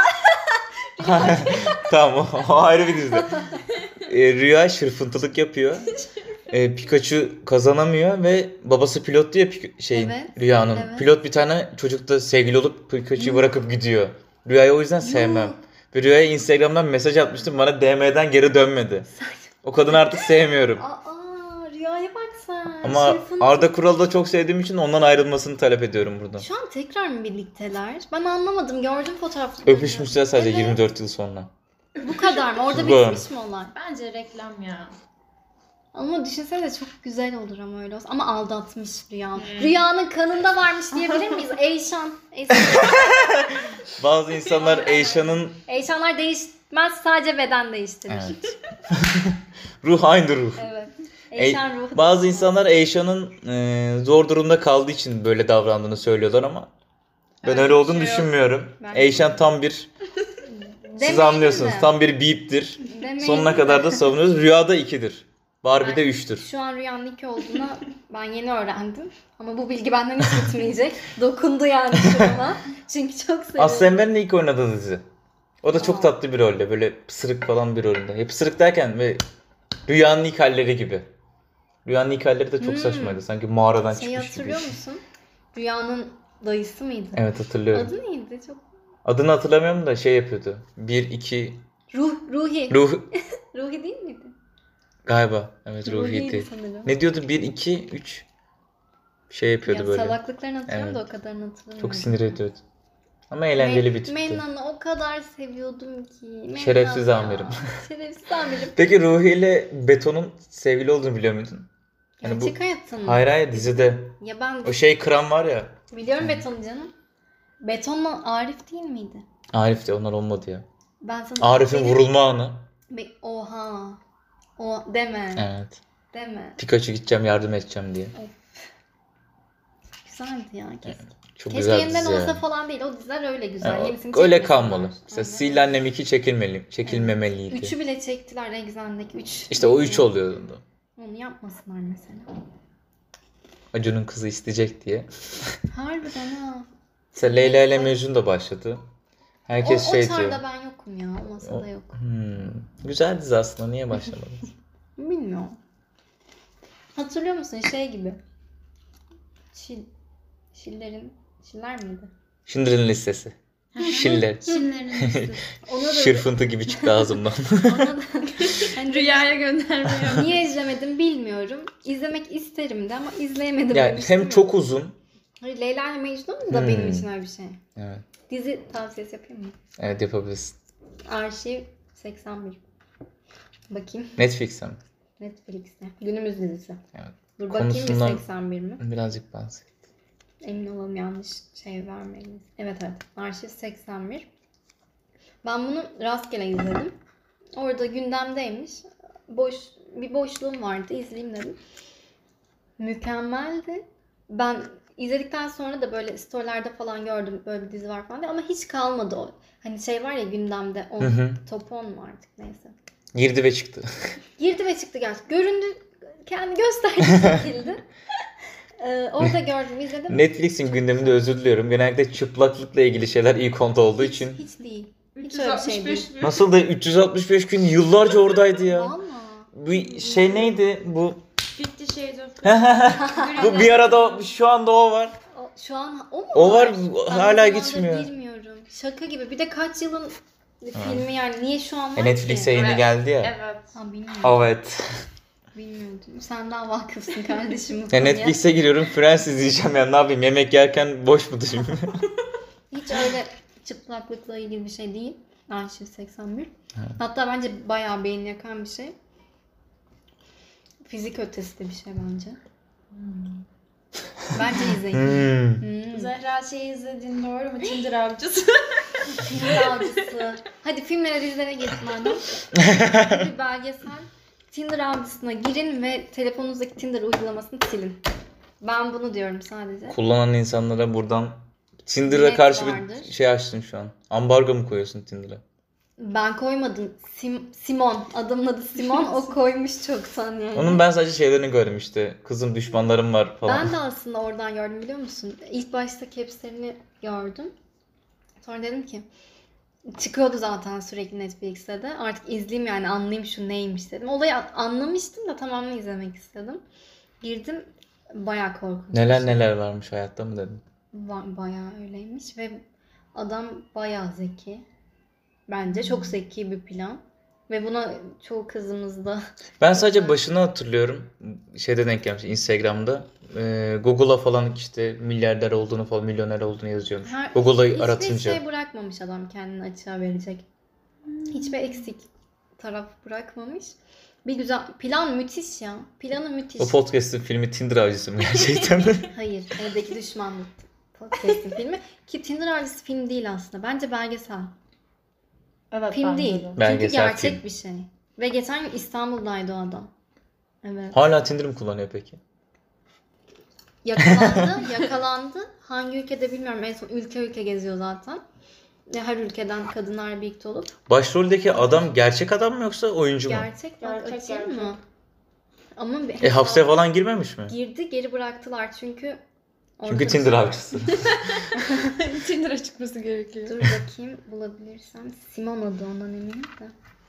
tamam o, o ayrı bir dizi. Ee, Rüya şırfıntılık yapıyor. Ee, Pikachu kazanamıyor ve babası pilot diye Pik- şeyin Evet, Rüya'nın. evet. Pilot bir tane çocukla sevgili olup Pikachu'yu bırakıp gidiyor. Rüya'yı o yüzden sevmem. Ve Rüya'ya Instagram'dan mesaj atmıştım bana D M'den geri dönmedi. O kadını artık sevmiyorum. Aa, Rüyaya bak sen. Ama Şırfıntı. Arda Kural'ı da çok sevdiğim için ondan ayrılmasını talep ediyorum buradan. Şu an tekrar mı birlikteler? Ben anlamadım. Gördüm fotoğrafları. Öpüşmüşler sadece Evet. yirmi dört yıl sonra. Bu kadar mı? Orada Bu. bitmiş mi olay? Bence reklam ya. Ama düşünsene çok güzel olur ama öyle olsa. Ama aldatmış Rüya'nın. Rüya'nın kanında varmış diyebilir miyiz? Eyşan. Eyşan. Bazı insanlar Eyşan'ın Eyşanlar değişmez, sadece beden değiştirir. evet. ruh aynı ruh. Evet. Ey- Eyşan ruhu. Bazı insanlar Eyşan'ın e, zor durumda kaldığı için böyle davrandığını söylüyorlar ama ben Evet, öyle olduğunu şey yok. düşünmüyorum. Ben- Eyşan tam bir siz anlıyorsunuz tam bir beep'tir. Demeyin Sonuna de. kadar da savunuyoruz. Rüyada ikidir. Barbie'de üçtür. Şu an Rüya'nın iki olduğunu ben yeni öğrendim. Ama bu bilgi benden hiç bitmeyecek. Dokundu yani şurama. Çünkü çok seviyorum. Aslı Enver'in ilk oynadığı dizi. O da çok Aa. tatlı bir rolde. Böyle pısırık falan bir rolde. Hep pısırık derken ve Rüyanın ilk halleri gibi. Rüyanın ilk halleri de çok Hmm. saçmaydı. Sanki mağaradan Şeyi çıkmış gibi. hatırlıyor musun? Rüya'nın dayısı mıydı? Evet hatırlıyorum. Adı neydi? Çok... Adını hatırlamıyorum da şey yapıyordu. Bir, iki... Ruh, Ruhi. Ruh... Ruhi değil miydi? Galiba. Evet Ruhi'ydi Ruhi'ydi. sanırım. Ne diyordu? Bir, iki, üç... Şey yapıyordu Ya, böyle. salaklıklarını hatırlıyorum da Evet. o kadarını hatırlamıyorum. Çok sinir ediyordu. Ama eğlenceli Me- bir tipti. Mennan'ı o kadar seviyordum ki. Mennan Şerefsiz ya. amirim. Şerefsiz amirim. Peki Ruhi ile Beton'un sevgili olduğunu biliyor muydun? Yani bu Gerçek hayatın mı? hayır hayır dizide. Ya ben O şey kıran var ya. biliyorum Beton'u canım. Beton'la Arif değil miydi? Arif de onlar olmadı ya. Ben sana Arif'in benim- vurulma anı. Be- Oha. O deme. Evet. Deme. Pikachu gideceğim yardım edeceğim diye. Güzeldi ya kesin. Çok Keşke güzel yeniden dizi olsa yani. falan değil. O diziler öyle güzel. Yani o- Yenisini öyle çekmesinler. kalmalı. Mesela Aynen. Sihirli Annem iki çekilmeli, çekilmemeliydi. Üçü bile çektiler Exxen'deki üç. İşte o üç oluyordu. Onu yapmasınlar mesela. Acun'un kızı isteyecek diye. Harbiden ha. Mesela Leyla ile Mecnun da başladı. Herkes o, şey o diyor. çarda ben yokum ya. O masada O- yok. Hmm. Güzel dizi aslında. Niye başlamadınız? Bilmiyorum. Hatırlıyor musun şey gibi? Şil, Şiller'in Şiller miydi? Schindler'in Listesi. Schiller. Çinlerin listesi. Ona da Şırfıntı gibi çıktı ağzımdan. ona da hani Rüyaya göndermiyor. niye izlemedim bilmiyorum. İzlemek isterim de ama izleyemedim. Yani demiştim hem ya. çok uzun. Hayır, Leyla ile Mecnun da Hmm. benim için öyle bir şey. Evet. Dizi tavsiyesi yapayım mı? Evet yapabilirsin. Arşiv seksen bir. Bakayım. Netflix'e mi? Netflix'te. Günümüz dizisi. Evet. Dur bakayım bir Konusundan- seksen bir mi? Birazcık bahset. Emin olalım yanlış şey vermeyiz. Evet evet. Arşiv seksen bir. Ben bunu rastgele izledim. Orada gündemdeymiş. Boş bir boşluğum vardı. İzleyeyim dedim. Mükemmeldi. Ben izledikten sonra da böyle storylerde falan gördüm böyle bir dizi var falan diye. Ama hiç kalmadı o. Hani şey var ya gündemde on, Hı hı. top on mu artık neyse. Girdi ve çıktı. Girdi ve çıktı gerçekten. Göründü kendi gösterdiği şekilde. Ee, orada gördüm izledim. Netflix'in gündeminde özür diliyorum. Genellikle çıplaklıkla ilgili şeyler ilk onda olduğu için. Hiç değil. Hiç öyle bir şey değil. üç yüz altmış beş Nasıl da üç yüz altmış beş gün yıllarca oradaydı ya. Valla. Bu şey neydi? Bu Fifty Shades of Grey. bu bir arada şu anda o var. O- Şu an o mu O var, Ben hala o zamandır gitmiyor. Bilmiyorum. Şaka gibi. Bir de kaç yılın filmi yani. Niye şu an var E Netflix'e ki? yeni Evet. geldi ya. Evet. Ha, bilmiyorum. Evet. Bilmiyordum. Sen daha vakıfsın kardeşim bu Ya konuya. Netflix'e giriyorum Friends izleyeceğim ya ne yapayım yemek yerken boş mu durayım? Hiç öyle çıplaklıkla ilgili bir şey değil. Arşiv seksen bir. Hatta bence bayağı beyin yakan bir şey. Fizik ötesi de bir şey bence. Bence izleyin. Hmm. Hmm. Zehra şeyi izledin doğru mu? Tinder avcısı. Tinder avcısı. Hadi filmlere dizilere git madem. Bir belgesel. Tinder avcısına girin ve telefonunuzdaki Tinder uygulamasını silin. Ben bunu diyorum sadece. Kullanan insanlara buradan Tinder'a Net karşı vardır. bir şey açtın şu an. Ambargo mu koyuyorsun Tinder'a? Ben koymadım. Sim- Simon. Adamın adı Simon. O koymuş çoktan yani. Onun ben sadece şeylerini gördüm işte. Kızım düşmanlarım var falan. Ben de aslında oradan gördüm biliyor musun? İlk başta capslerini gördüm. Sonra dedim ki çıkıyordu zaten sürekli Netflix'te de. Artık izleyeyim yani anlayayım şu neymiş dedim. Olayı anlamıştım da tamamını izlemek istedim. Girdim bayağı korkunç. bir Neler şey. neler varmış hayatta mı dedim. Va- Bayağı öyleymiş ve adam bayağı zeki. Bence çok zeki bir plan. Ve buna çoğu kızımız da Ben sadece başını hatırlıyorum. Şeyde denk gelmiş Instagram'da. Ee, Google'a falan işte milyarder olduğunu falan milyoner olduğunu yazıyormuş. Her- Google'ı hiçbir aratınca. şey bırakmamış adam kendini açığa verecek. Hiçbir eksik taraf bırakmamış. Bir güzel plan müthiş ya. Planı müthiş. O podcast'ın filmi Tinder avcısı mı gerçekten? Hayır, evdeki düşmanlık podcast'in filmi. Ki Tinder ailesi film değil aslında. Bence belgesel. Evet, Film bence değil. de. Çünkü Belgesel gerçek film. bir şey. Ve geçen gün İstanbul'daydı o adam. Evet. Hala Tinder mi kullanıyor peki? Yakalandı, yakalandı. Hangi ülkede bilmiyorum. En son ülke ülke geziyor zaten. Ve her ülkeden kadınlar birlikte olup. Başroldeki adam gerçek adam mı yoksa oyuncu mu? Gerçek bak Gerçek, açayım gerçek. mı? Ama bir E hapse falan girmemiş mi? girdi, geri bıraktılar çünkü Çünkü orada- Tinder avcısı. Tinder'a çıkması gerekiyor. Dur bakayım bulabilirsem. Simon adı ondan eminim de.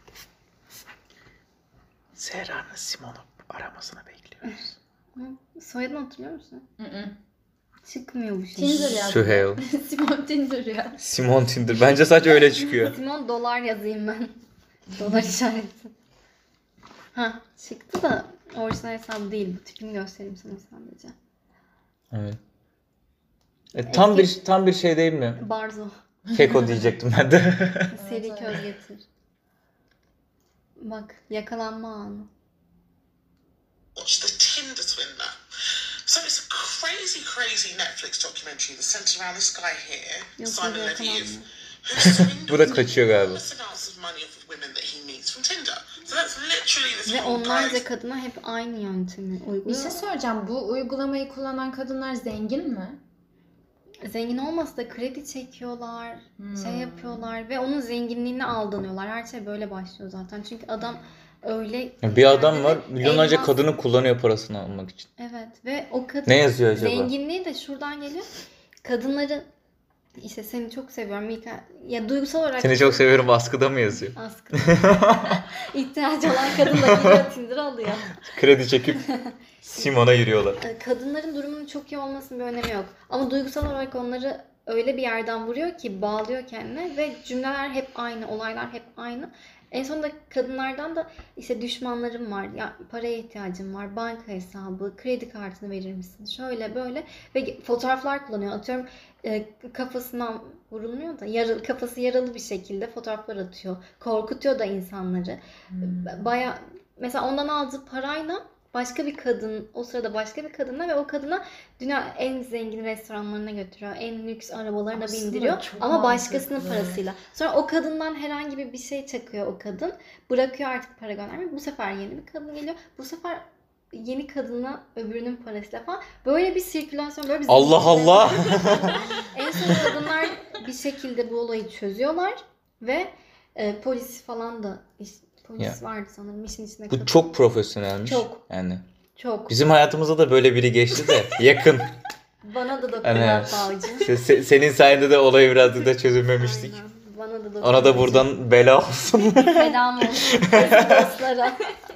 Zehra'nın Simon'u aramasını bekliyoruz. Hı, soyadını hatırlıyor musun? Hı hı. Çıkmıyor bu şey. Tinder ya. Süheyl. Simon Tinder ya. Simon Tinder. Bence sadece öyle çıkıyor. Simon dolar yazayım ben. Dolar işareti. Ha çıktı da orijinal hesabı değil bu. Tipini göstereyim sana sadece. Evet. E, tam bir tam bir şey değil mi? Barzo. Keko diyecektim ben de. Seri evet. köz getir. Bak yakalanma anı. Watch the Tinder swindler. So it's a crazy, crazy Netflix documentary that's centered around this guy here, Yok, Simon yok, Leviev, tamam. who swindles Bu da kaçıyor galiba. enormous amounts of money off of women that he meets from Tinder. So that's literally this Ve whole onlarca guy's kadına hep aynı yöntemi Bir uyguluyor. şey söyleyeceğim. Bu uygulamayı kullanan kadınlar zengin mi? Zengin olmasa da kredi çekiyorlar, Hmm. şey yapıyorlar ve onun zenginliğine aldanıyorlar. Her şey böyle başlıyor zaten. Çünkü adam öyle... Ya bir adam var yerlere milyonlarca elmas- kadını kullanıyor parasını almak için. Evet ve o kadın... Ne yazıyor acaba? Zenginliği de şuradan geliyor. Kadınları işte seni çok seviyorum Mika. Ya duygusal olarak Seni çok seviyorum askıda mı yazıyor? askı. İhtiyacı olan kadın da gidiyor Tinder alıyor. Kredi çekip Simon'a yürüyorlar. E, Kadınların durumunun çok iyi olmasının bir önemi yok. Ama duygusal olarak onları öyle bir yerden vuruyor ki bağlıyor kendine ve cümleler hep aynı, olaylar hep aynı. En sonunda kadınlardan da işte düşmanlarım var, ya paraya ihtiyacım var, banka hesabı, kredi kartını verir misin? Şöyle böyle ve fotoğraflar kullanıyor. Atıyorum e, kafasından vurulmuyor da yaralı, kafası yaralı bir şekilde fotoğraflar atıyor. Korkutuyor da insanları. Baya mesela ondan aldığı parayla başka bir kadın, o sırada başka bir kadına ve o kadına dünya en zengin restoranlarına götürüyor. En lüks arabalarına Aslında bindiriyor. çok Ama başkasının mantıklı. parasıyla. Sonra o kadından herhangi bir bir şey çakıyor o kadın. Bırakıyor artık para göndermeyi. Bu sefer yeni bir kadın geliyor. Bu sefer yeni kadına öbürünün parasıyla falan. Böyle bir sirkülasyon, böyle bir Allah zincir. Allah. En son kadınlar bir şekilde bu olayı çözüyorlar ve e, polis falan da iş- polis Ya. vardı sanırım işin içinde. Bu kadın. çok profesyonelmiş. Çok. Yani Çok. bizim hayatımızda da böyle biri geçti de yakın. Bana da dokunuyor Evet. savcı. Se- se- senin sayende de olayı birazcık da çözümlemiştik. Aynen. Bana da dokunuyor. Ona da buradan bela olsun. Selam olsun dostlara.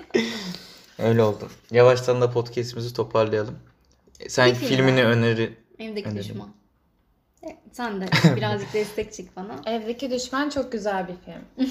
Öyle oldu. Yavaştan da podcast'imizi toparlayalım. Sen Bir film filmini var. öneri... Evdeki Öyle düşman. E, Sen de birazcık destek çık bana. Evdeki Düşman çok güzel bir film.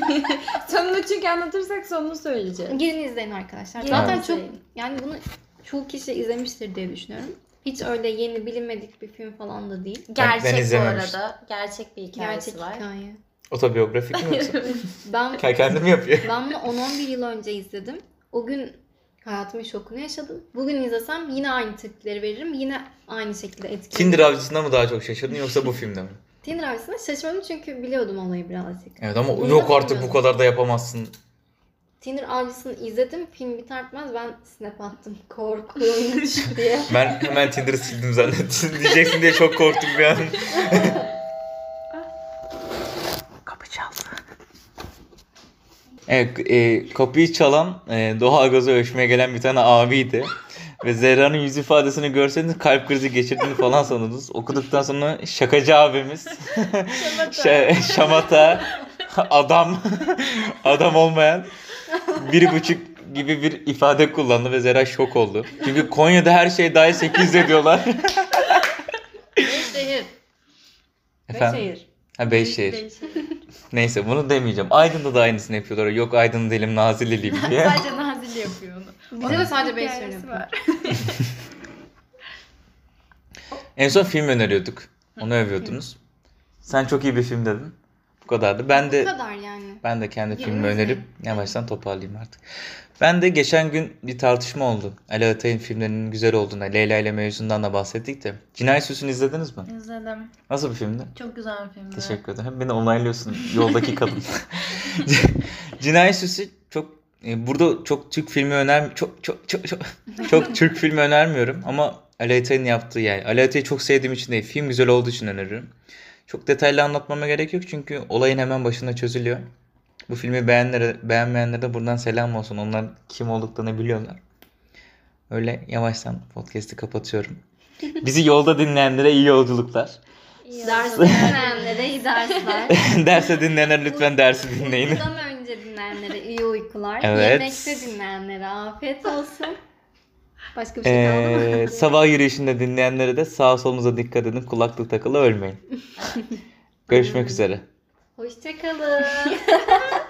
Sonunu çünkü anlatırsak sonunu söyleyeceğiz. Girin izleyin arkadaşlar. Girin Zaten çok izleyin. yani bunu çoğu kişi izlemiştir diye düşünüyorum. Hiç öyle yeni bilinmedik bir film falan da değil. ben Gerçek bu izlememiştim. arada. Gerçek bir hikayesi Gerçek var. hikaye. Otobiyografik mi yoksa? Ben Ke- Kendim yapıyor. ben bunu on on bir yıl önce izledim. O gün hayatımın şokunu yaşadım. Bugün izlesem yine aynı tepkileri veririm. Yine aynı şekilde etkilenirim. Tinder avcısında mı daha çok şaşırdın yoksa bu filmde mi? Tinder abisine şaşırmadım çünkü biliyordum olayı birazcık. Evet ama Bunu yok da artık bu bilmiyordum. kadar da yapamazsın. Tinder avcısını izledim. Film biter bitmez ben snap attım. Korkunç diye. Ben hemen Tinder'ı sildim zannettim. Diyeceksin diye çok korktum bir an. Kapı çaldı. Evet, e, kapıyı çalan e, doğalgazı ölçmeye gelen bir tane abiydi. Ve Zehra'nın yüz ifadesini görseniz kalp krizi geçirdiğini falan sanırdınız. Okuduktan sonra şakacı abimiz. Ş- şamata. Adam. Adam olmayan. Bir buçuk gibi bir ifade kullandı ve Zehra şok oldu. Çünkü Konya'da her şey dahil sekiz yüz ediyorlar. Beyşehir. Efendim? Beyşehir. Ha Beyşehir. Neyse bunu demeyeceğim. Aydın'da da aynısını yapıyorlar. Yok Aydın değilim Nazilliliyim diye. Sadece Nazilli yapıyor onu. Bize de sadece Beyşehir Hikayesi yapıyor. var. En son film öneriyorduk. Onu övüyordunuz. Sen çok iyi bir film dedin. Bu kadardı. Ben Bu de kadar yani. ben de kendi Girin filmimi izleyin. önerip yavaştan toparlayayım artık. Ben de geçen gün bir tartışma oldu. Ali Atay'ın filmlerinin güzel olduğuna, Leyla ile Mecnun'dan da bahsettik de. Cinayet Süsü'nü izlediniz mi? İzledim. Nasıl bir filmdi? Çok güzel bir filmdi. Teşekkür ederim. Hem beni onaylıyorsun yoldaki kadın. Cinayet Süsü çok e, burada çok Türk filmi öner çok çok çok çok çok Türk filmi önermiyorum ama Ali Atay'ın yaptığı yani. Ali Atay'ı çok sevdiğim için değil, film güzel olduğu için öneririm. Çok detaylı anlatmama gerek yok çünkü olayın hemen başında çözülüyor. Bu filmi beğenenlere, beğenmeyenlere de buradan selam olsun. Onlar kim olduklarını biliyorlar. Öyle yavaştan podcast'i kapatıyorum. Bizi yolda dinleyenlere iyi yolculuklar. Ders dinleyenlere iyi dersler. Derse dinleyenler lütfen dersi dinleyin. Uykudan önce dinleyenlere iyi uykular. Evet. Yemekte dinleyenlere afiyet olsun. Başka bir şey kaldı Ee, mı? sabah yürüyüşünde dinleyenlere de sağa solunuza dikkat edin. Kulaklık takılı ölmeyin. Görüşmek üzere. Hoşçakalın.